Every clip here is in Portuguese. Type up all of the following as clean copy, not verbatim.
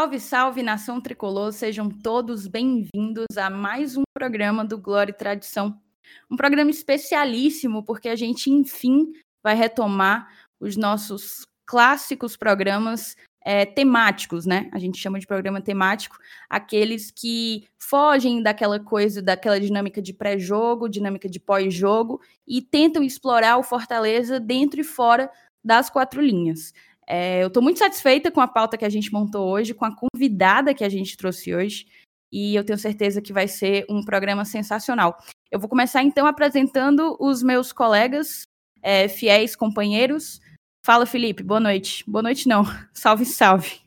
Salve, salve, nação tricolor, sejam todos bem-vindos a mais um programa do Glória e Tradição. Um programa especialíssimo, porque a gente, enfim, vai retomar os nossos clássicos programas temáticos, né? A gente chama de programa temático, aqueles que fogem daquela coisa, daquela dinâmica de pré-jogo, dinâmica de pós-jogo, e tentam explorar o Fortaleza dentro e fora das quatro linhas. Eu estou muito satisfeita com a pauta que a gente montou hoje, com a convidada que a gente trouxe hoje, e eu tenho certeza que vai ser um programa sensacional. Eu vou começar, então, apresentando os meus colegas, fiéis companheiros. Fala, Felipe, boa noite. Boa noite, não. Salve, salve.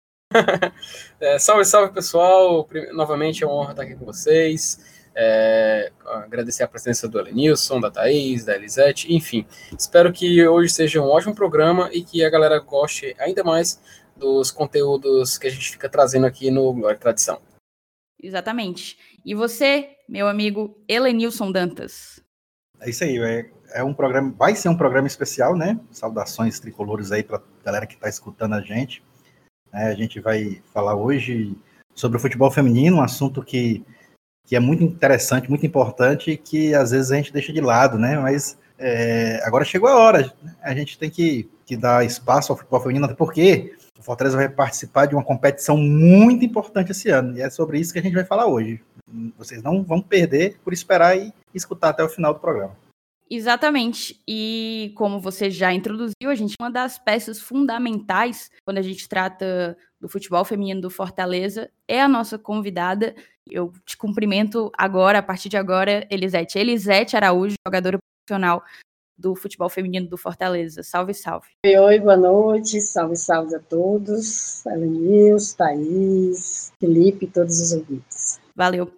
Salve, salve, pessoal. Novamente é uma honra estar aqui com vocês. Agradecer a presença do Elenilson, da Thaís, da Elisete, enfim. Espero que hoje seja um ótimo programa e que a galera goste ainda mais dos conteúdos que a gente fica trazendo aqui no Glória e Tradição. Exatamente. E você, meu amigo Elenilson Dantas? É isso aí, um programa, vai ser um programa especial, né? Saudações tricolores aí para a galera que está escutando a gente. A gente vai falar hoje sobre o futebol feminino, um assunto que é muito interessante, muito importante e que às vezes a gente deixa de lado, né? Mas agora chegou a hora, a gente tem que dar espaço ao futebol feminino, até porque o Fortaleza vai participar de uma competição muito importante esse ano, e é sobre isso que a gente vai falar hoje. Vocês não vão perder por esperar e escutar até o final do programa. Exatamente, e como você já introduziu, a gente, uma das peças fundamentais quando a gente trata do futebol feminino do Fortaleza é a nossa convidada. Eu te cumprimento agora, a partir de agora, Elisete Araújo, jogadora profissional do futebol feminino do Fortaleza. Salve, salve. Oi, boa noite, salve, salve a todos, Elenilson, Thaís, Felipe, todos os ouvintes. Valeu.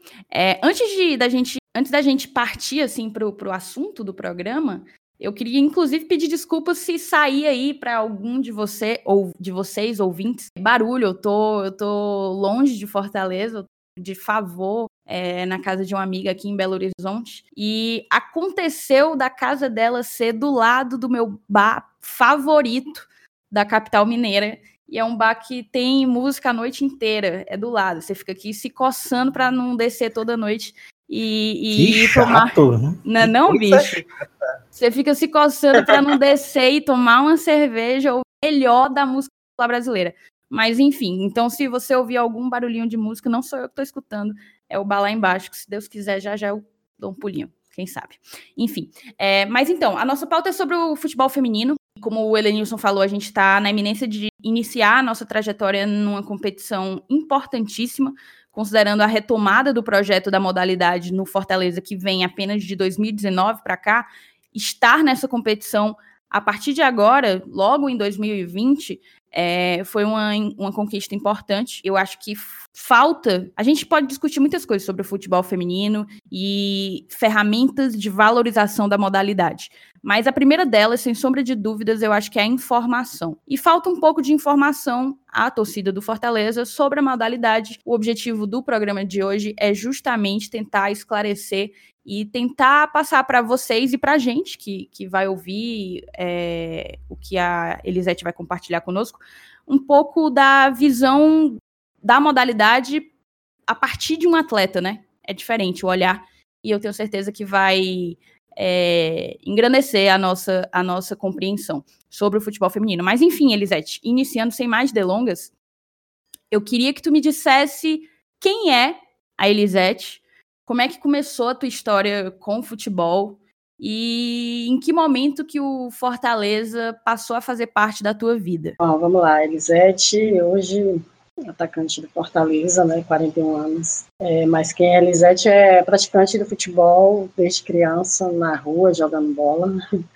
Antes da gente partir assim pro assunto do programa, eu queria inclusive pedir desculpas se sair aí para algum de você ou de vocês ouvintes barulho. Eu tô longe de Fortaleza, de favor, na casa de uma amiga aqui em Belo Horizonte, e aconteceu da casa dela ser do lado do meu bar favorito da capital mineira. E é um bar que tem música a noite inteira, é do lado. Você fica aqui se coçando para não descer toda noite e chato, tomar... Né? Não, bicho. Você fica se coçando para não descer e tomar uma cerveja, o melhor da música brasileira. Mas enfim, então se você ouvir algum barulhinho de música, não sou eu que estou escutando, é o bar lá embaixo, que se Deus quiser já eu dou um pulinho, quem sabe. Enfim, mas então, a nossa pauta é sobre o futebol feminino. Como o Elenilson falou, a gente está na iminência de iniciar a nossa trajetória numa competição importantíssima, considerando a retomada do projeto da modalidade no Fortaleza, que vem apenas de 2019 para cá. Estar nessa competição a partir de agora, logo em 2020, foi uma conquista importante. Eu acho que falta... A gente pode discutir muitas coisas sobre o futebol feminino e ferramentas de valorização da modalidade. Mas a primeira delas, sem sombra de dúvidas, eu acho que é a informação. E falta um pouco de informação à torcida do Fortaleza sobre a modalidade. O objetivo do programa de hoje é justamente tentar esclarecer e tentar passar para vocês e para a gente que vai ouvir o que a Elisete vai compartilhar conosco, um pouco da visão da modalidade a partir de um atleta, né? É diferente o olhar, e eu tenho certeza que vai engrandecer a nossa compreensão sobre o futebol feminino. Mas enfim, Elisete, iniciando sem mais delongas, eu queria que tu me dissesse quem é a Elisete, como é que começou a tua história com o futebol e em que momento que o Fortaleza passou a fazer parte da tua vida? Bom, vamos lá, Elisete, hoje atacante do Fortaleza, né, 41 anos. Mas quem é Elisete é praticante do futebol desde criança, na rua, jogando bola.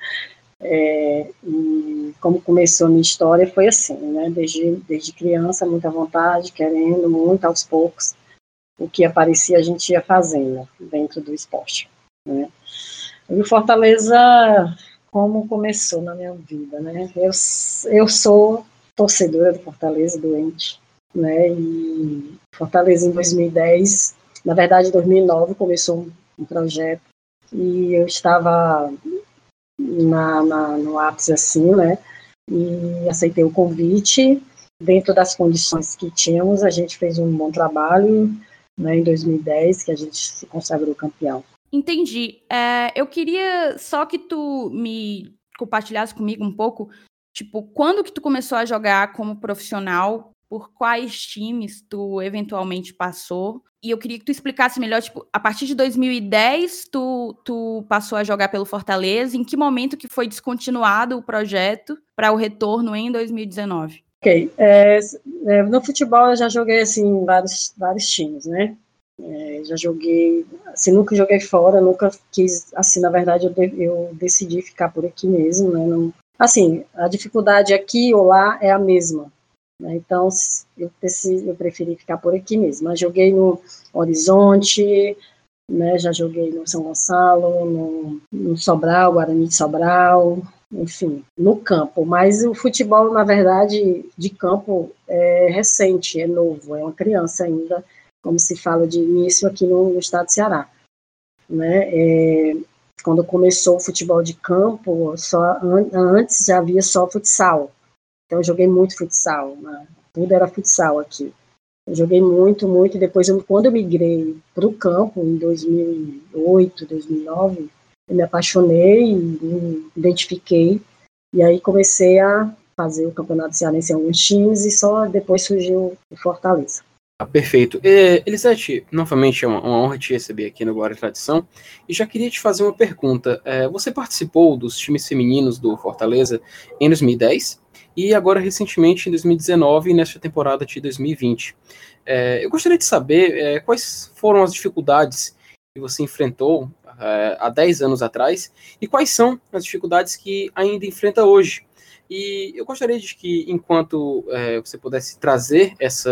E como começou a minha história foi assim, né, desde criança, muita vontade, querendo muito, aos poucos. O que aparecia a gente ia fazendo dentro do esporte, né? E o Fortaleza, como começou na minha vida, né? Eu sou torcedora do Fortaleza, doente, né? E Fortaleza em 2010, na verdade em 2009 começou um projeto e eu estava no ápice assim, né? E aceitei o convite dentro das condições que tínhamos, a gente fez um bom trabalho, né, em 2010, que a gente se consagrou campeão. Entendi. Eu queria só que tu me compartilhasse comigo um pouco, tipo, quando que tu começou a jogar como profissional, por quais times tu eventualmente passou, e eu queria que tu explicasse melhor, tipo, a partir de 2010 tu passou a jogar pelo Fortaleza, em que momento que foi descontinuado o projeto para o retorno em 2019? Ok, no futebol eu já joguei, assim, em vários times, né? Já joguei, assim, nunca joguei fora, nunca quis, assim, na verdade eu decidi ficar por aqui mesmo, né? Não, assim, a dificuldade aqui ou lá é a mesma, né? Então eu preferi ficar por aqui mesmo. Mas joguei no Horizonte, né? Já joguei no São Gonçalo, no Sobral, Guarani de Sobral, enfim, no campo. Mas o futebol, na verdade, de campo é recente, é novo, é uma criança ainda, como se fala de início aqui no estado do Ceará, né? Quando começou o futebol de campo, antes já havia só futsal. Então eu joguei muito futsal, né? Tudo era futsal aqui. Eu joguei muito, muito, e depois, quando eu migrei para o campo, em 2008, 2009, eu me apaixonei, me identifiquei, e aí comecei a fazer o Campeonato Cearense em alguns times, e só depois surgiu o Fortaleza. Perfeito. Elisete, novamente é uma honra te receber aqui no Glória e Tradição, e já queria te fazer uma pergunta. Você participou dos times femininos do Fortaleza em 2010 e agora recentemente em 2019 nesta temporada de 2020. Eu gostaria de saber quais foram as dificuldades que você enfrentou há 10 anos atrás e quais são as dificuldades que ainda enfrenta hoje. E eu gostaria de que, enquanto você pudesse trazer esse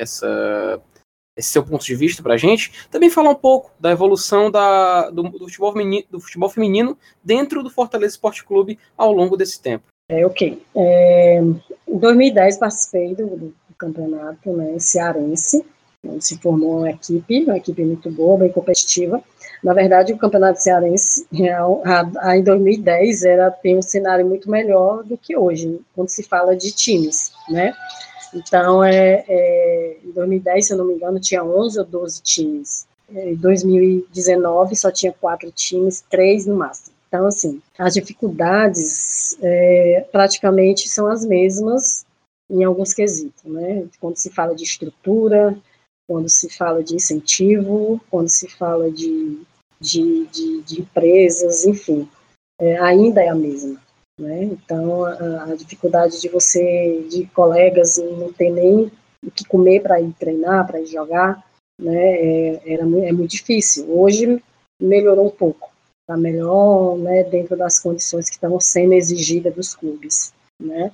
seu ponto de vista para a gente, também falar um pouco da evolução do futebol feminino dentro do Fortaleza Esporte Clube ao longo desse tempo. Ok. Em 2010 participei do campeonato, né, cearense, onde se formou uma equipe muito boa, bem competitiva. Na verdade, o campeonato cearense, em 2010, tem um cenário muito melhor do que hoje, quando se fala de times, né? Então, em 2010, se eu não me engano, tinha 11 ou 12 times. Em 2019, só tinha 4 times, 3 no máximo. Então, assim, as dificuldades praticamente são as mesmas em alguns quesitos, né? Quando se fala de estrutura, quando se fala de incentivo, quando se fala de empresas, enfim, ainda é a mesma, né? Então, a dificuldade de colegas não ter nem o que comer para ir treinar, para ir jogar, né? É muito difícil. Hoje melhorou um pouco, está melhor, né? Dentro das condições que estão sendo exigidas dos clubes, né?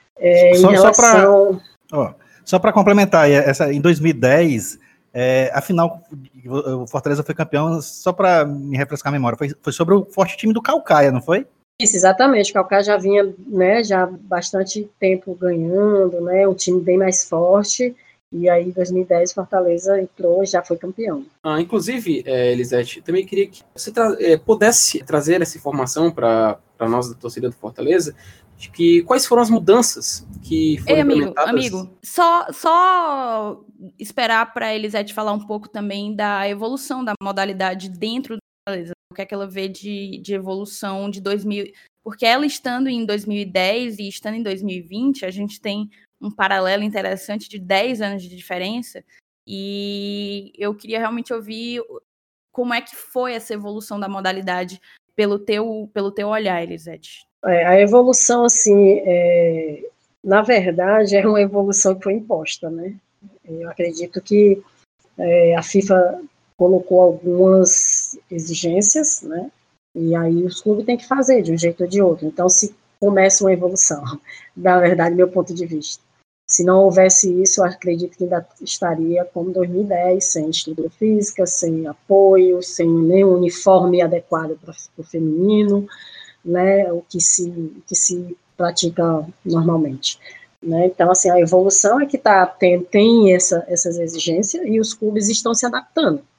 Só para complementar, em 2010, afinal, o Fortaleza foi campeão, só para me refrescar a memória, foi sobre o forte time do Caucaia, não foi? Isso, exatamente, o Caucaia já vinha, né, já há bastante tempo ganhando, né, um time bem mais forte, e aí em 2010 o Fortaleza entrou e já foi campeão. Inclusive, Elisete, também queria que você pudesse trazer essa informação para nós da torcida do Fortaleza, de que quais foram as mudanças que foram implementadas. Amigo, só esperar para a Elisete falar um pouco também da evolução da modalidade dentro do Fortaleza, o que é que ela vê de evolução de 2000, porque ela estando em 2010 e estando em 2020, a gente tem um paralelo interessante de 10 anos de diferença, e eu queria realmente ouvir como é que foi essa evolução da modalidade pelo teu olhar, Elisete. A evolução, assim, na verdade, é uma evolução que foi imposta, né? Eu acredito que a FIFA colocou algumas exigências, né? E aí os clubes têm que fazer de um jeito ou de outro. Então, se começa uma evolução, na verdade, meu ponto de vista. Se não houvesse isso, eu acredito que ainda estaria como 2010, sem estrutura física, sem apoio, sem nenhum uniforme adequado para o feminino, né, o que se pratica normalmente. Né? Então, assim, a evolução é que tem essas exigências e os clubes estão se adaptando.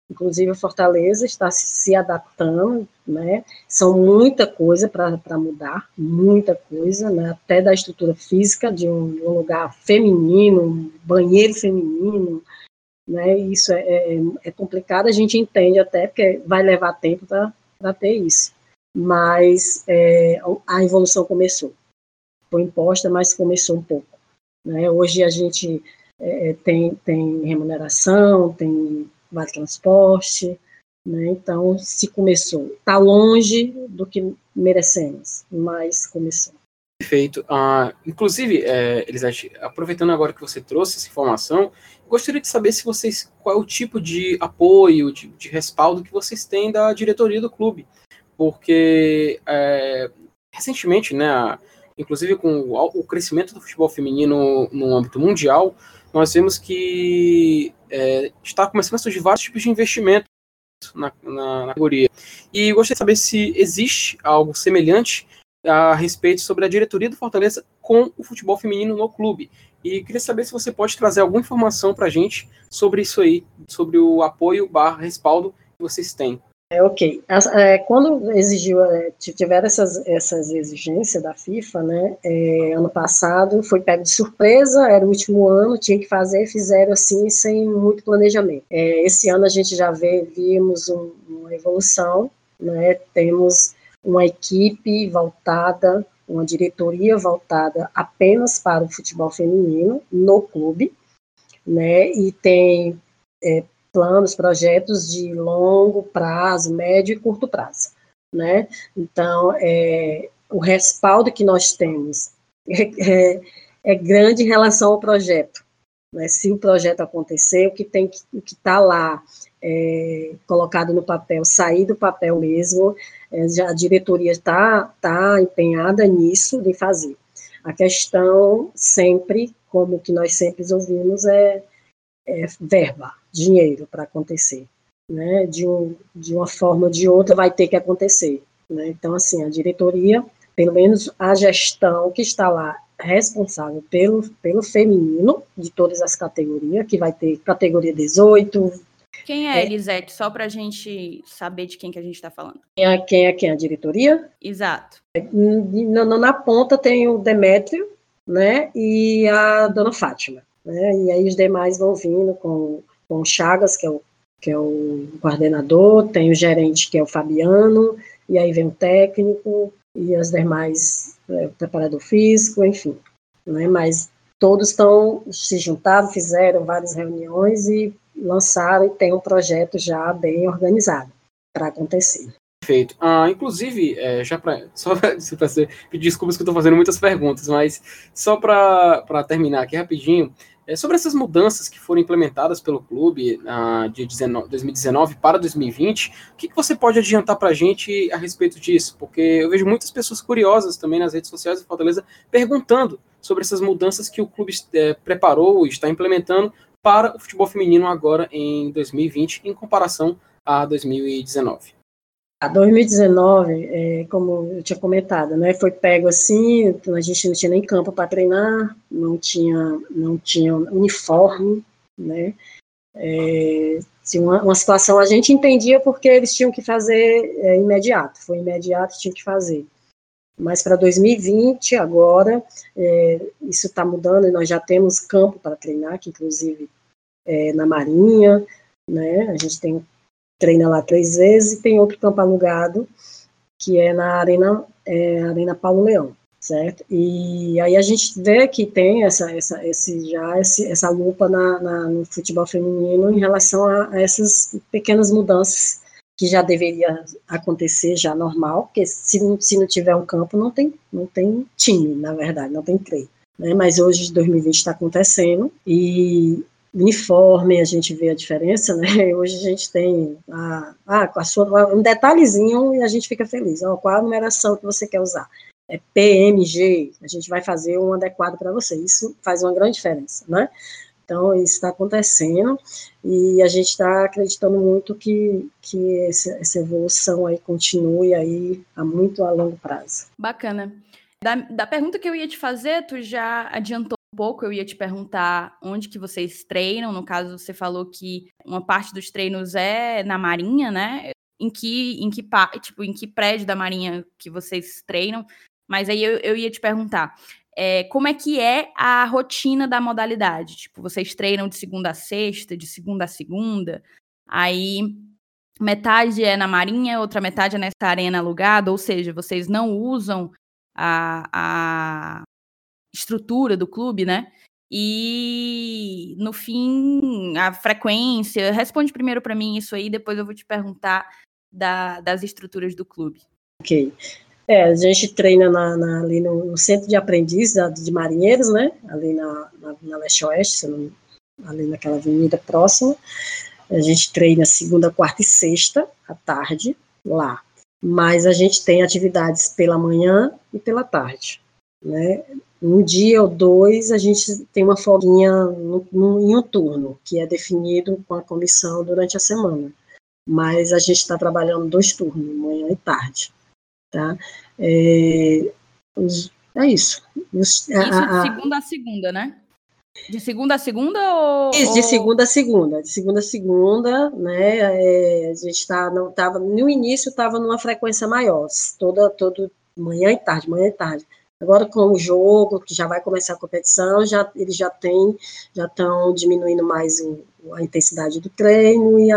Inclusive, o Fortaleza está se adaptando, né? São muita coisa para mudar, muita coisa, né? Até da estrutura física de um lugar feminino, um banheiro feminino, né? Isso é complicado, a gente entende até, porque vai levar tempo para ter isso. Mas a evolução começou. Foi imposta, mas começou um pouco. Né? Hoje a gente tem remuneração, tem vale transporte, né? Então se começou. Está longe do que merecemos, mas começou. Perfeito. Inclusive, Elisete, aproveitando agora que você trouxe essa informação, gostaria de saber qual é o tipo de apoio, de respaldo que vocês têm da diretoria do clube, porque recentemente, né, inclusive com o crescimento do futebol feminino no âmbito mundial, nós vemos que está começando a surgir vários tipos de investimento na categoria. E gostaria de saber se existe algo semelhante a respeito sobre a diretoria do Fortaleza com o futebol feminino no clube. E queria saber se você pode trazer alguma informação para a gente sobre isso aí, sobre o apoio / respaldo que vocês têm. Ok. Quando tiveram essas exigências da FIFA, né, ano passado foi pego de surpresa, era o último ano, tinha que fazer, fizeram assim, sem muito planejamento. Esse ano a gente já vimos uma evolução, né, temos uma equipe voltada, uma diretoria voltada apenas para o futebol feminino no clube, né, e tem planos, projetos de longo prazo, médio e curto prazo, né? Então, o respaldo que nós temos é grande em relação ao projeto, né? Se o projeto acontecer, o que está lá colocado no papel, sair do papel mesmo, já a diretoria está empenhada nisso, de fazer. A questão sempre, como que nós sempre ouvimos, verba, dinheiro para acontecer, né? De uma forma ou de outra vai ter que acontecer, né? Então, assim, a diretoria, pelo menos a gestão que está lá responsável pelo feminino de todas as categorias, que vai ter categoria 18. Quem é Elisete? Só para a gente saber de quem que a gente está falando. Quem é a diretoria? Exato. Na ponta tem o Demétrio, né? E a dona Fátima. Né, e aí os demais vão vindo com o Chagas, que é o coordenador, tem o gerente, que é o Fabiano, e aí vem o técnico, e as demais, o preparador físico, enfim. Né, mas todos se juntaram, fizeram várias reuniões e lançaram, e tem um projeto já bem organizado para acontecer. Perfeito. Inclusive, só para pedir desculpas que eu estou fazendo muitas perguntas, mas só para terminar aqui rapidinho, sobre essas mudanças que foram implementadas pelo clube de 2019 para 2020, o que você pode adiantar para a gente a respeito disso? Porque eu vejo muitas pessoas curiosas também nas redes sociais do Fortaleza perguntando sobre essas mudanças que o clube preparou e está implementando para o futebol feminino agora em 2020, em comparação a 2019. A 2019, como eu tinha comentado, né, foi pego assim, a gente não tinha nem campo para treinar, não tinha uniforme, né, tinha uma situação, a gente entendia porque eles tinham que fazer imediato, foi imediato, tinha que fazer. Mas para 2020, agora, isso está mudando, e nós já temos campo para treinar, que inclusive na Marinha, né, a gente treina lá 3 vezes, e tem outro campo alugado, que é na Arena Paulo Leão, certo? E aí a gente vê que tem essa lupa no futebol feminino em relação a essas pequenas mudanças que já deveria acontecer, já normal, porque se não tiver um campo, não tem time, na verdade, não tem treino. Né? Mas hoje, 2020, está acontecendo, e uniforme, a gente vê a diferença, né? Hoje a gente tem um detalhezinho e a gente fica feliz. Qual a numeração que você quer usar? É PMG, a gente vai fazer um adequado para você. Isso faz uma grande diferença, né? Então, isso está acontecendo e a gente está acreditando muito que essa evolução aí continue aí a longo prazo. Bacana. Da pergunta que eu ia te fazer, tu já adiantou um pouco, eu ia te perguntar onde que vocês treinam. No caso, você falou que uma parte dos treinos é na Marinha, né? Em que prédio da Marinha que vocês treinam? Mas aí eu ia te perguntar, como é que é a rotina da modalidade? Tipo, vocês treinam de segunda a sexta, de segunda a segunda, aí metade é na Marinha, outra metade é nessa arena alugada, ou seja, vocês não usam a estrutura do clube, né? E, no fim, a frequência... Responde primeiro para mim isso aí, depois eu vou te perguntar das estruturas do clube. Ok. A gente treina ali no Centro de Aprendiz de Marinheiros, né? Ali na Leste-Oeste, ali naquela avenida próxima. A gente treina segunda, quarta e sexta, à tarde, lá. Mas a gente tem atividades pela manhã e pela tarde, né? Um dia ou dois, a gente tem uma folguinha em um turno, que é definido com a comissão durante a semana. Mas a gente está trabalhando 2 turnos, manhã e tarde. Tá? É isso. Isso de segunda a segunda, né? De segunda a segunda ou... Isso, de segunda a segunda. De segunda a segunda, né? A gente no início estava numa frequência maior, todo manhã e tarde. Agora, com o jogo, que já vai começar a competição, eles já estão diminuindo mais a intensidade do treino e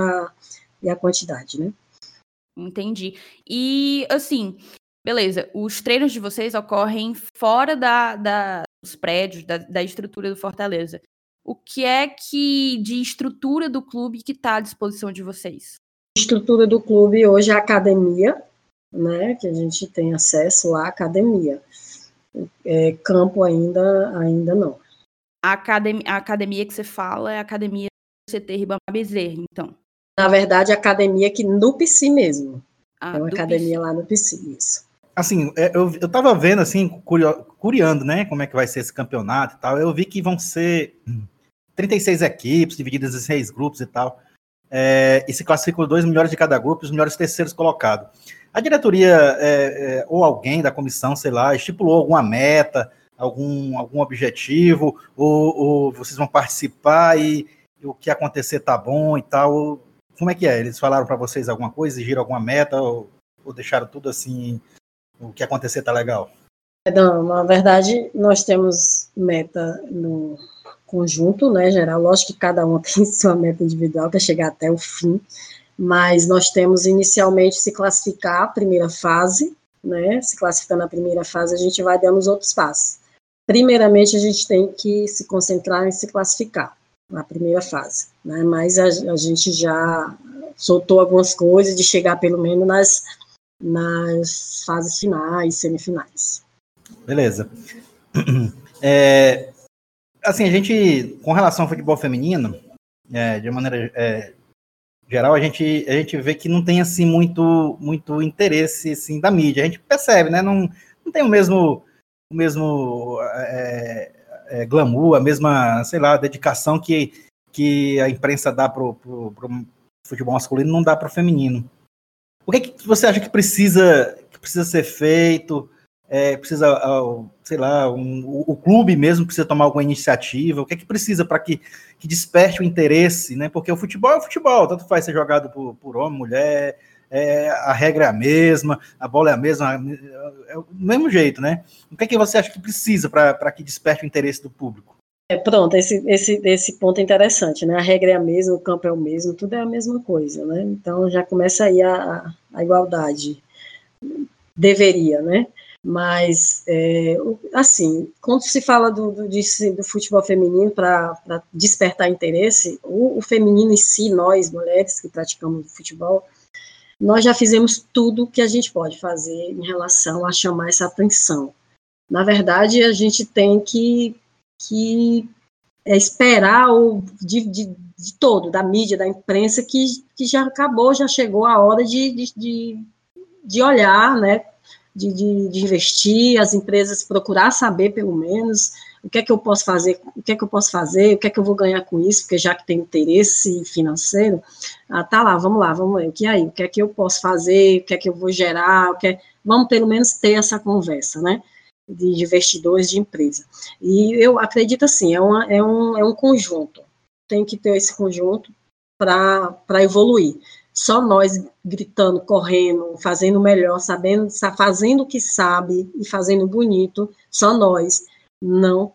a quantidade, né? Entendi. E, assim, beleza, os treinos de vocês ocorrem fora dos prédios, da estrutura do Fortaleza. O que é de estrutura do clube que está à disposição de vocês? A estrutura do clube hoje é a academia, né, que a gente tem acesso à academia. Campo ainda não. A academia que você fala é a academia do CT Ribamar Bezerra, então? Na verdade, a academia aqui no PC mesmo. É uma academia PC. lá no PC, isso. Assim, eu tava vendo, assim, curiando, né, como é que vai ser esse campeonato e tal. Eu vi que vão ser 36 equipes, divididas em 6 grupos e tal. E se classificam 2 melhores de cada grupo e os melhores terceiros colocados. A diretoria, ou alguém da comissão, sei lá, estipulou alguma meta, algum objetivo, ou vocês vão participar e o que acontecer tá bom e tal. Como é que é? Eles falaram para vocês alguma coisa, exigiram alguma meta, ou deixaram tudo assim, o que acontecer tá legal? Não, na verdade, nós temos meta no conjunto, né, geral. Lógico que cada um tem sua meta individual, que é chegar até o fim, mas nós temos inicialmente se classificar a primeira fase, né, se classificando a primeira fase, a gente vai dando os outros passos. Primeiramente, a gente tem que se concentrar em se classificar na primeira fase, né, mas a gente já soltou algumas coisas de chegar pelo menos nas fases finais, semifinais. Beleza. Assim, a gente, com relação ao futebol feminino, de maneira geral, a gente vê que não tem, assim, muito interesse, assim, da mídia. A gente percebe, né? Não tem o mesmo glamour, a mesma, sei lá, dedicação que a imprensa dá pro futebol masculino, não dá pro feminino. O que você acha que precisa ser feito? Precisa, sei lá, o clube mesmo precisa tomar alguma iniciativa? O que precisa para que desperte o interesse, né? Porque o futebol é o futebol, tanto faz ser jogado por homem, mulher, a regra é a mesma, a bola é a mesma, é o mesmo jeito, né? O que você acha que precisa para que desperte o interesse do público? Pronto, esse ponto é interessante, né? A regra é a mesma, o campo é o mesmo, tudo é a mesma coisa, né? Então já começa aí a igualdade. Deveria, né? Mas, assim, quando se fala do futebol feminino para despertar interesse, o feminino em si, nós, mulheres que praticamos futebol, nós já fizemos tudo que a gente pode fazer em relação a chamar essa atenção. Na verdade, a gente tem que esperar de todo, da mídia, da imprensa, que já acabou, já chegou a hora de olhar, né, de investir, as empresas procurar saber, pelo menos, o que é que eu posso fazer, o que é que eu vou ganhar com isso, porque já que tem interesse financeiro, tá lá, vamos ver, o que é que eu posso fazer, o que é que eu vou gerar, vamos pelo menos ter essa conversa, né? de investidores de empresa. E eu acredito assim, é um conjunto, tem que ter esse conjunto para evoluir. Só nós gritando, correndo, fazendo melhor, fazendo o que sabe e fazendo bonito, só nós não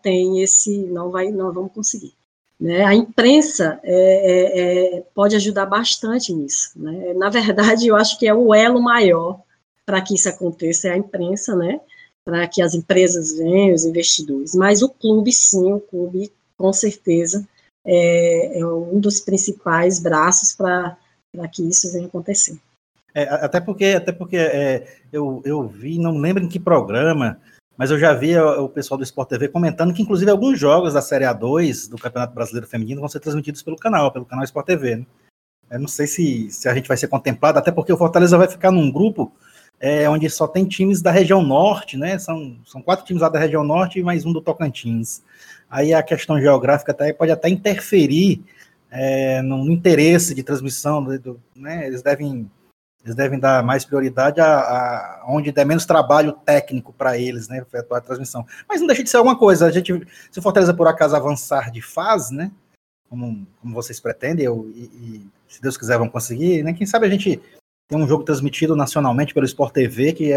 vamos conseguir. Né? A imprensa pode ajudar bastante nisso. Né? Na verdade, eu acho que é o elo maior para que isso aconteça, é a imprensa, né? Para que as empresas venham, os investidores. Mas o clube, sim, com certeza, é um dos principais braços para que isso venha acontecer. Até porque eu vi, não lembro em que programa, mas eu já vi o pessoal do Sport TV comentando que, inclusive, alguns jogos da Série A2 do Campeonato Brasileiro Feminino vão ser transmitidos pelo canal Sport TV. Né? Eu não sei se a gente vai ser contemplado, até porque o Fortaleza vai ficar num grupo onde só tem times da região norte, né? São 4 times lá da região norte e mais um do Tocantins. Aí a questão geográfica pode até interferir no interesse de transmissão, né? Eles devem dar mais prioridade a onde der menos trabalho técnico para eles, né? Efetuar a transmissão. Mas não deixa de ser alguma coisa. Se o Fortaleza, por acaso, avançar de fase, né? Como vocês pretendem, e se Deus quiser vão conseguir, né? Quem sabe a gente tem um jogo transmitido nacionalmente pelo Sport TV, que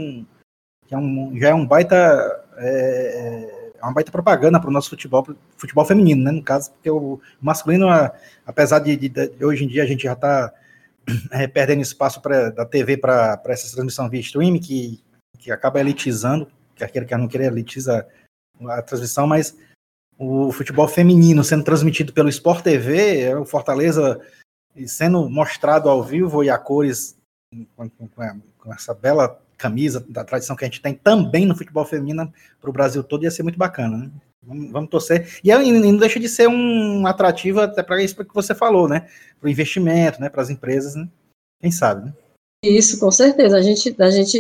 já é um baita uma baita propaganda para o nosso futebol feminino, né? No caso, porque o masculino, apesar de hoje em dia a gente já está perdendo espaço da TV para essa transmissão via streaming, que acaba elitizando, que aquele que não querer elitiza a transmissão, mas o futebol feminino sendo transmitido pelo Sport TV, o Fortaleza sendo mostrado ao vivo e a cores com essa bela camisa da tradição que a gente tem também no futebol feminino para o Brasil todo, ia ser muito bacana, né? Vamos torcer. E não deixa de ser um atrativo até para isso que você falou, né? Para o investimento, né? Para as empresas, né? Quem sabe, né? Isso, com certeza. A gente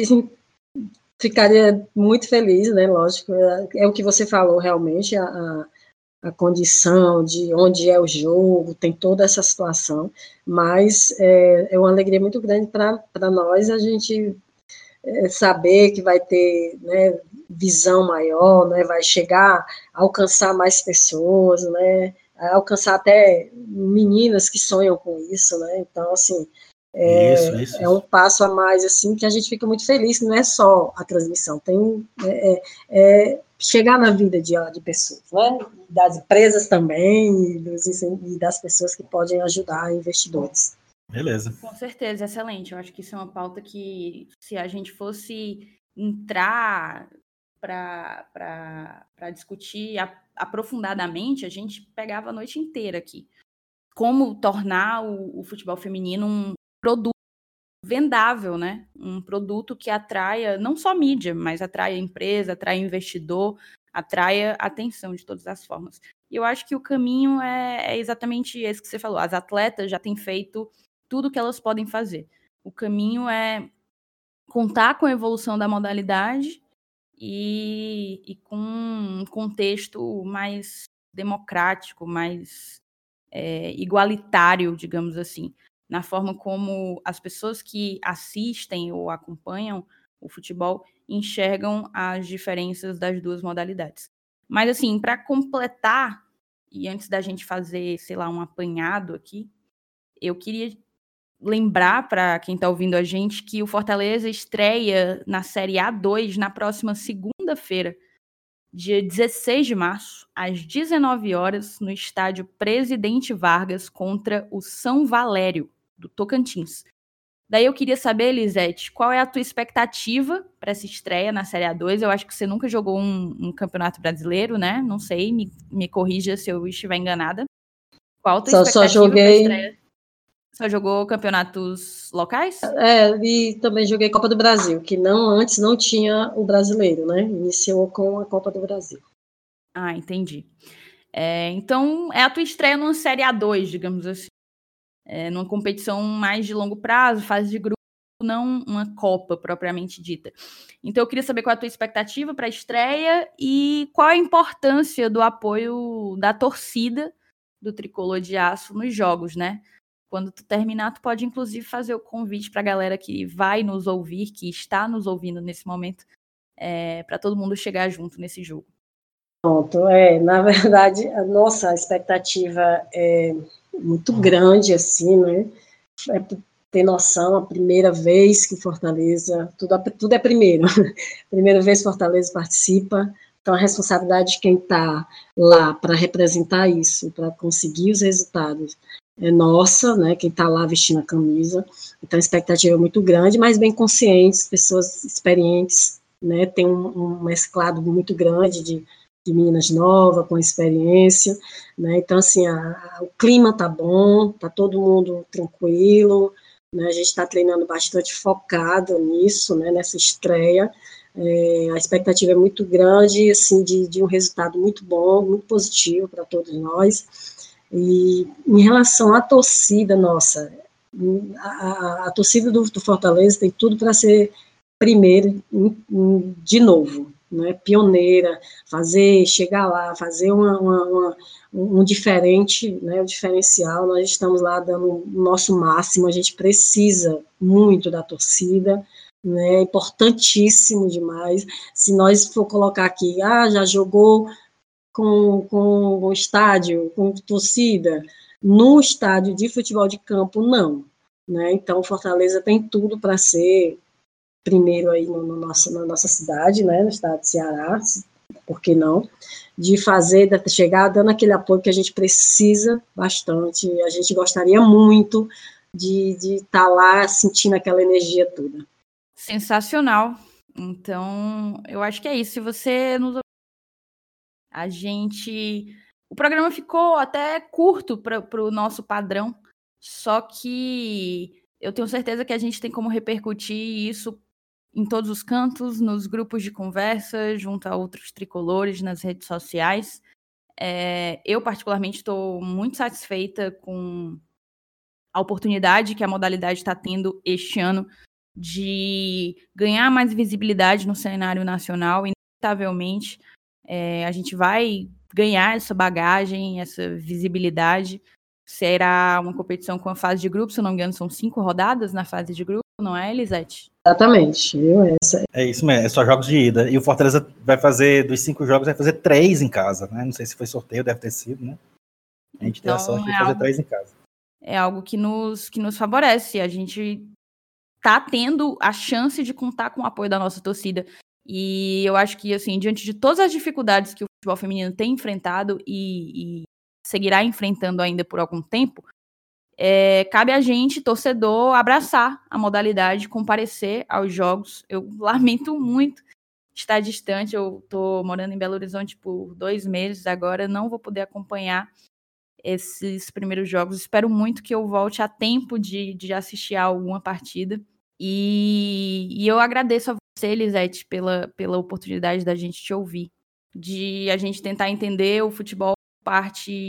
ficaria muito feliz, né? Lógico. É o que você falou, realmente, a condição de onde é o jogo, tem toda essa situação, mas é uma alegria muito grande para nós a gente saber que vai ter, né, visão maior, né, vai chegar a alcançar mais pessoas, né, a alcançar até meninas que sonham com isso, né, então, assim, isso. É um passo a mais, assim, que a gente fica muito feliz, que não é só a transmissão, tem chegar na vida de pessoas, né, das empresas também, e das pessoas que podem ajudar investidores. Beleza. Com certeza, excelente. Eu acho que isso é uma pauta que, se a gente fosse entrar para discutir aprofundadamente, a gente pegava a noite inteira aqui. Como tornar o futebol feminino um produto vendável, né? Um produto que atraia não só mídia, mas atraia empresa, atraia investidor, atraia atenção de todas as formas. E eu acho que o caminho é exatamente esse que você falou. As atletas já têm feito tudo que elas podem fazer. O caminho é contar com a evolução da modalidade e com um contexto mais democrático, mais igualitário, digamos assim, na forma como as pessoas que assistem ou acompanham o futebol enxergam as diferenças das duas modalidades. Mas, assim, para completar, e antes da gente fazer, sei lá, um apanhado aqui, eu queria lembrar para quem está ouvindo a gente que o Fortaleza estreia na Série A2 na próxima segunda-feira, dia 16 de março, às 19 horas, no estádio Presidente Vargas, contra o São Valério, do Tocantins. Daí eu queria saber, Elisete, qual é a tua expectativa para essa estreia na Série A2? Eu acho que você nunca jogou um campeonato brasileiro, né? Não sei, me corrija se eu estiver enganada. Qual a tua expectativa para a estreia? Só jogou campeonatos locais? E também joguei Copa do Brasil, que antes não tinha o brasileiro, né? Iniciou com a Copa do Brasil. Ah, entendi. Então, é a tua estreia numa Série A2, digamos assim. Numa competição mais de longo prazo, fase de grupo, não uma Copa propriamente dita. Então, eu queria saber qual é a tua expectativa para a estreia e qual a importância do apoio da torcida do Tricolor de Aço nos jogos, né? Quando tu terminar, tu pode, inclusive, fazer o convite para a galera que vai nos ouvir, que está nos ouvindo nesse momento, para todo mundo chegar junto nesse jogo. Pronto, na verdade, a nossa expectativa é muito grande, assim, né? Ter noção, a primeira vez que Fortaleza, tudo é primeiro, primeira vez que Fortaleza participa, então a responsabilidade de quem está lá para representar isso, para conseguir os resultados, é nossa, né, quem está lá vestindo a camisa, então a expectativa é muito grande, mas bem conscientes, pessoas experientes, né, tem um mesclado muito grande de meninas novas, com experiência, né, então assim, o clima está bom, está todo mundo tranquilo, né, a gente está treinando bastante focado nisso, né, nessa estreia, a expectativa é muito grande, assim, de um resultado muito bom, muito positivo para todos nós. E em relação à torcida, nossa, a torcida do Fortaleza tem tudo para ser primeiro de novo, né, pioneira, chegar lá, fazer um diferente, né, um diferencial. Nós estamos lá dando o nosso máximo, a gente precisa muito da torcida, né, é importantíssimo demais. Se nós for colocar aqui, já jogou com o estádio, com torcida, no estádio de futebol de campo, não, né, então Fortaleza tem tudo para ser primeiro aí na nossa cidade, né, no estado de Ceará, por que não, de chegar dando aquele apoio que a gente precisa bastante, a gente gostaria muito de estar lá sentindo aquela energia toda. Sensacional. Então, eu acho que é isso. Se você nos... O programa ficou até curto para o nosso padrão, só que eu tenho certeza que a gente tem como repercutir isso em todos os cantos, nos grupos de conversa, junto a outros tricolores, nas redes sociais. Eu, particularmente, estou muito satisfeita com a oportunidade que a modalidade está tendo este ano de ganhar mais visibilidade no cenário nacional. Inevitavelmente, a gente vai ganhar essa bagagem, essa visibilidade. Será uma competição com a fase de grupo, se eu não me engano, são 5 rodadas na fase de grupo, não é, Elisete? Exatamente. É isso mesmo, é só jogos de ida. E o Fortaleza vai fazer, dos 5 jogos, vai fazer 3 em casa, né? Não sei se foi sorteio, deve ter sido, né? A gente tem a sorte de fazer 3 em casa. É algo que nos favorece. A gente tá tendo a chance de contar com o apoio da nossa torcida. E eu acho que, assim, diante de todas as dificuldades que o futebol feminino tem enfrentado e seguirá enfrentando ainda por algum tempo, cabe a gente, torcedor, abraçar a modalidade, comparecer aos jogos. Eu lamento muito estar distante. Eu tô morando em Belo Horizonte por 2 meses agora, não vou poder acompanhar esses primeiros jogos. Espero muito que eu volte a tempo de assistir a alguma partida. E eu agradeço a você, Elisete, pela oportunidade da gente te ouvir, de a gente tentar entender o futebol a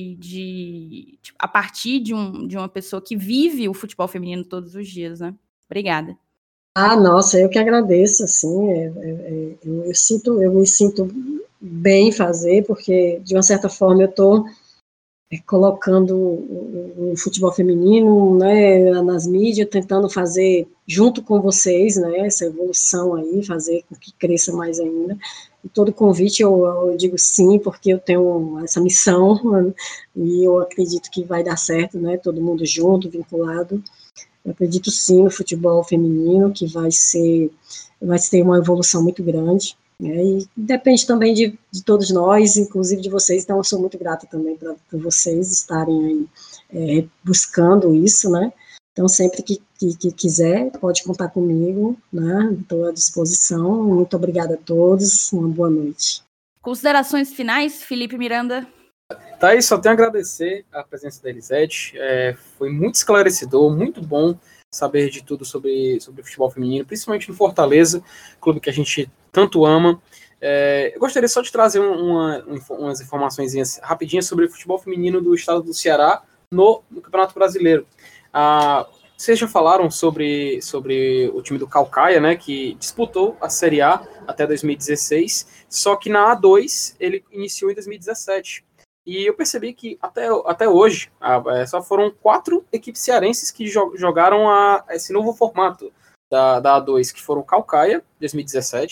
partir de uma pessoa que vive o futebol feminino todos os dias, né? Obrigada. Nossa, eu que agradeço, assim, eu me sinto bem fazer, porque, de uma certa forma, eu estou colocando o futebol feminino, né, nas mídias, tentando fazer junto com vocês, né, essa evolução aí, fazer com que cresça mais ainda. E todo convite eu digo sim, porque eu tenho essa missão, né, e eu acredito que vai dar certo, né, todo mundo junto, vinculado. Eu acredito sim no futebol feminino, que vai ter uma evolução muito grande. E depende também de todos nós, inclusive de vocês, então eu sou muito grata também por vocês estarem aí buscando isso, né? Então, sempre que quiser, pode contar comigo, né? Estou à disposição. Muito obrigada a todos, uma boa noite. Considerações finais, Felipe Miranda? Thaís, só tenho a agradecer a presença da Elisete, foi muito esclarecedor, muito bom saber de tudo sobre futebol feminino, principalmente no Fortaleza, clube que a gente tanto ama. Eu gostaria só de trazer umas informações rapidinhas sobre o futebol feminino do estado do Ceará no Campeonato Brasileiro. Vocês já falaram sobre o time do Caucaia, né, que disputou a Série A até 2016, só que na A2 ele iniciou em 2017. E eu percebi que até hoje só foram 4 equipes cearenses que jogaram esse novo formato da A2, que foram Caucaia, 2017,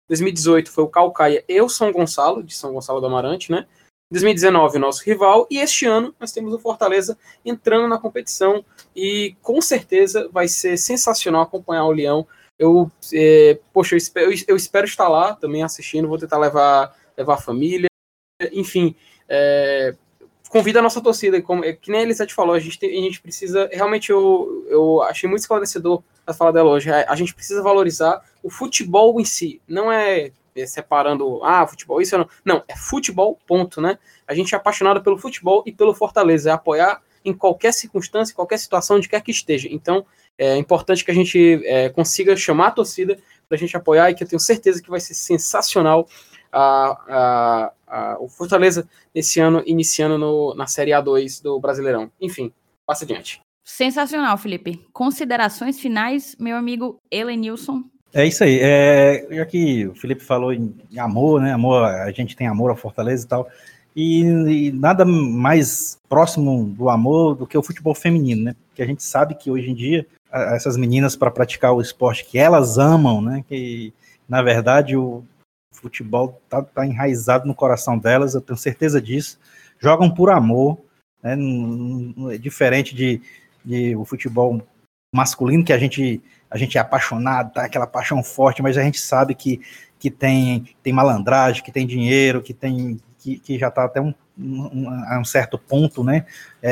2018 foi o Caucaia e o São Gonçalo, de São Gonçalo do Amarante, né? 2019, o nosso rival, e este ano nós temos o Fortaleza entrando na competição, e com certeza vai ser sensacional acompanhar o Leão. Poxa, eu espero estar lá também assistindo, vou tentar levar a família, enfim, convida a nossa torcida, que nem a Elisete falou, a gente precisa, realmente eu achei muito esclarecedor a fala dela hoje, a gente precisa valorizar o futebol em si, não é separando, futebol, isso não, é futebol, ponto, né? A gente é apaixonado pelo futebol e pelo Fortaleza, é apoiar em qualquer circunstância, qualquer situação, onde quer que esteja. Então, é importante que a gente consiga chamar a torcida para a gente apoiar, e que eu tenho certeza que vai ser sensacional o Fortaleza esse ano, iniciando na Série A2 do Brasileirão. Enfim, passa adiante. Sensacional, Felipe. Considerações finais, meu amigo Elenilson? É isso aí, já que o Felipe falou em amor, né, a gente tem amor ao Fortaleza e tal, e nada mais próximo do amor do que o futebol feminino, né, porque a gente sabe que hoje em dia, essas meninas, para praticar o esporte que elas amam, né, que na verdade o futebol tá enraizado no coração delas, eu tenho certeza disso, jogam por amor, né, diferente de o futebol masculino, que a gente é apaixonado, tá, aquela paixão forte, mas a gente sabe que tem malandragem, que tem dinheiro, que já está até a um certo ponto, né,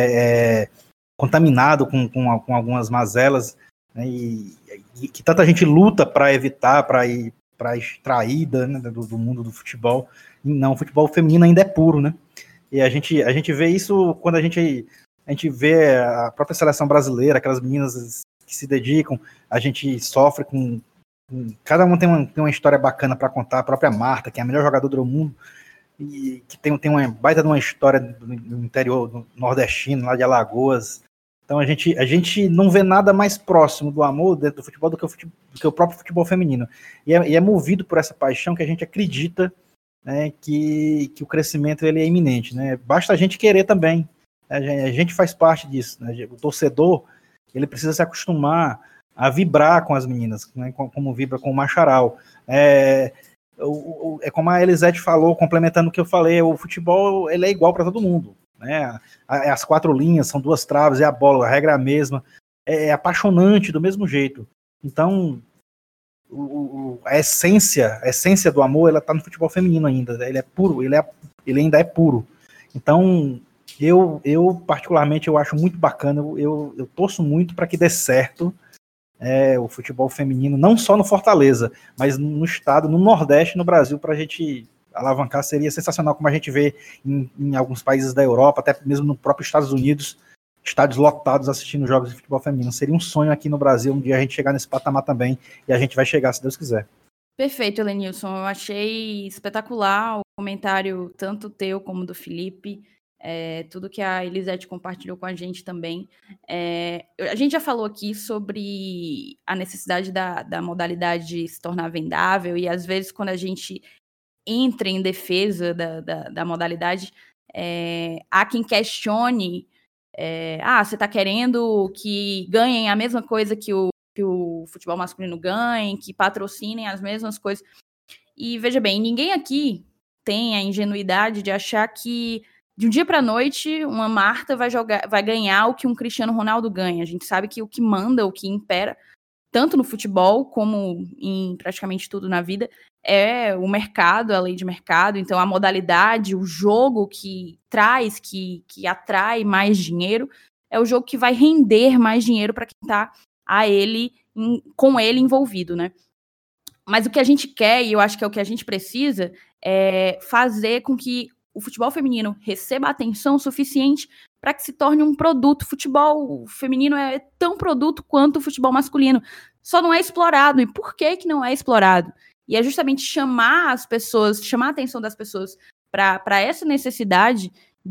contaminado com algumas mazelas, né, e que tanta gente luta para evitar, para extraída, né, do mundo do futebol. Não, o futebol feminino ainda é puro, né, e a gente vê isso quando a gente vê a própria seleção brasileira, aquelas meninas que se dedicam, a gente sofre com cada uma tem uma história bacana para contar. A própria Marta, que é a melhor jogadora do mundo, e que tem uma baita de uma história do interior do nordestino, lá de Alagoas. Então a gente não vê nada mais próximo do amor dentro do futebol do que o próprio futebol feminino. E é movido por essa paixão que a gente acredita, né, que o crescimento ele é iminente, né? Basta a gente querer também. A gente faz parte disso, né? O torcedor ele precisa se acostumar a vibrar com as meninas, né? Como vibra com o Macharal. É como a Elisete falou, complementando o que eu falei, o futebol ele é igual para todo mundo, né? As 4 linhas, são 2 traves, é a bola, a regra é a mesma, é apaixonante do mesmo jeito. Então, a essência do amor, ela está no futebol feminino ainda, ele é puro, ele ainda é puro. Então, eu particularmente, eu acho muito bacana, eu torço muito para que dê certo o futebol feminino, não só no Fortaleza, mas no estado, no Nordeste, no Brasil, para a gente alavancar. Seria sensacional, como a gente vê em alguns países da Europa, até mesmo no próprio Estados Unidos, estádios lotados assistindo jogos de futebol feminino. Seria um sonho aqui no Brasil, um dia a gente chegar nesse patamar também, e a gente vai chegar, se Deus quiser. Perfeito, Elenilson, eu achei espetacular o comentário, tanto teu como do Felipe, tudo que a Elisete compartilhou com a gente também. A gente já falou aqui sobre a necessidade da modalidade se tornar vendável, e às vezes quando a gente entra em defesa da modalidade, há quem questione, você está querendo que ganhem a mesma coisa que o futebol masculino ganhe, que patrocinem as mesmas coisas. E veja bem, ninguém aqui tem a ingenuidade de achar que de um dia para a noite uma Marta vai ganhar o que um Cristiano Ronaldo ganha. A gente sabe que o que manda, o que impera, tanto no futebol como em praticamente tudo na vida, é o mercado, a lei de mercado. Então a modalidade, o jogo que traz, que atrai mais dinheiro, é o jogo que vai render mais dinheiro para quem está com ele envolvido, né? Mas o que a gente quer, e eu acho que é o que a gente precisa, é fazer com que o futebol feminino receba atenção suficiente para que se torne um produto. O futebol feminino é tão produto quanto o futebol masculino, só não é explorado. E por que não é explorado? E é justamente chamar a atenção das pessoas para essa necessidade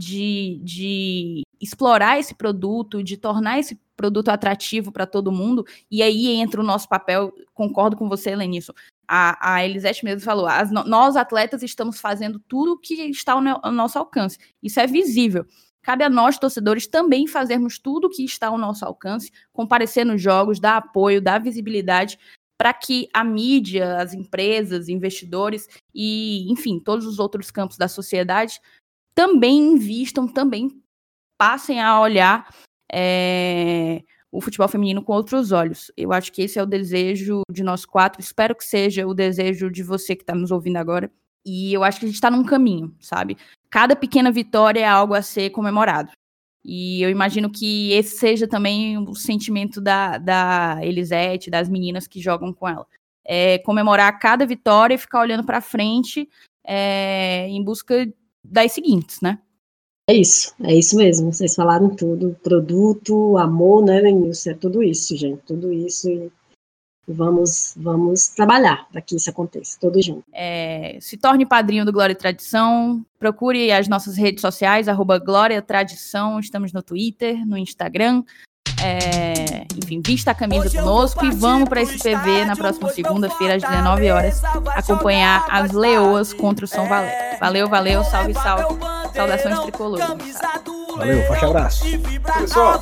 de explorar esse produto, de tornar esse produto atrativo para todo mundo. E aí entra o nosso papel, concordo com você, Elenilson. A Elisete mesmo falou, nós atletas estamos fazendo tudo o que está ao nosso alcance. Isso é visível. Cabe a nós, torcedores, também fazermos tudo o que está ao nosso alcance, comparecer nos jogos, dar apoio, dar visibilidade, para que a mídia, as empresas, investidores e, enfim, todos os outros campos da sociedade também invistam, também passem a olhar o futebol feminino com outros olhos. Eu acho que esse é o desejo de nós 4, espero que seja o desejo de você que está nos ouvindo agora, e eu acho que a gente está num caminho, sabe? Cada pequena vitória é algo a ser comemorado. E eu imagino que esse seja também o sentimento da Elisete, das meninas que jogam com ela. Comemorar cada vitória e ficar olhando para frente em busca das seguintes, né? É isso mesmo. Vocês falaram tudo. Produto, amor, né, Lenilson? É tudo isso, gente. Tudo isso. E vamos trabalhar para que isso aconteça, todos juntos. Se torne padrinho do Glória e Tradição, procure as nossas redes sociais, @Glória Tradição, estamos no Twitter, no Instagram, enfim, vista a camisa conosco e vamos para esse PV na próxima segunda-feira às 19 horas, acompanhar as Leoas contra o São Valério. Valeu, salve, saudações tricolores. Valeu, forte abraço. Pessoal.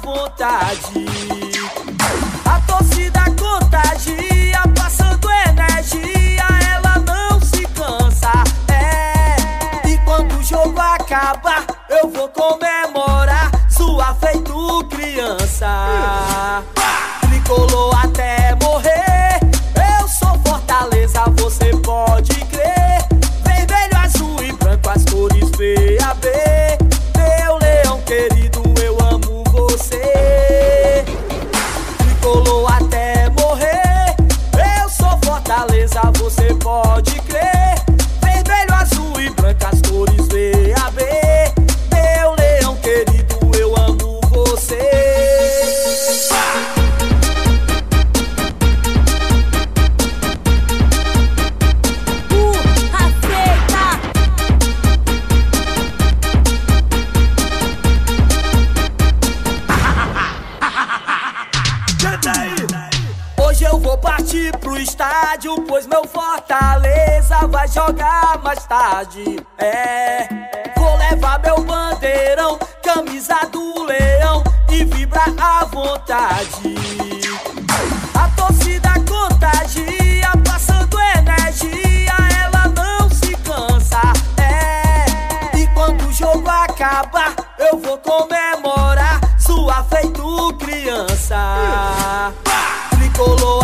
A torcida contagia, passando energia, ela não se cansa. E quando o jogo acaba, eu vou comemorar, sua feito criança. Tricolor até morrer, eu sou Fortaleza, você pode crer. Vermelho, azul e branco, as cores VAB. Meu leão querido, eu amo você. Tricolor até morrer, eu sou Fortaleza, você pode crer. Vermelho, azul e branco, as cores VAB. Meu leão querido, eu amo você. Hoje eu vou partir pro estádio, pois meu Fortaleza vai jogar mais tarde. Vou levar meu bandeirão, camisa do leão e vibrar à vontade. A torcida contagia, passando energia, ela não se cansa. E quando o jogo acaba, eu vou comemorar, sua feito criança. Tricolor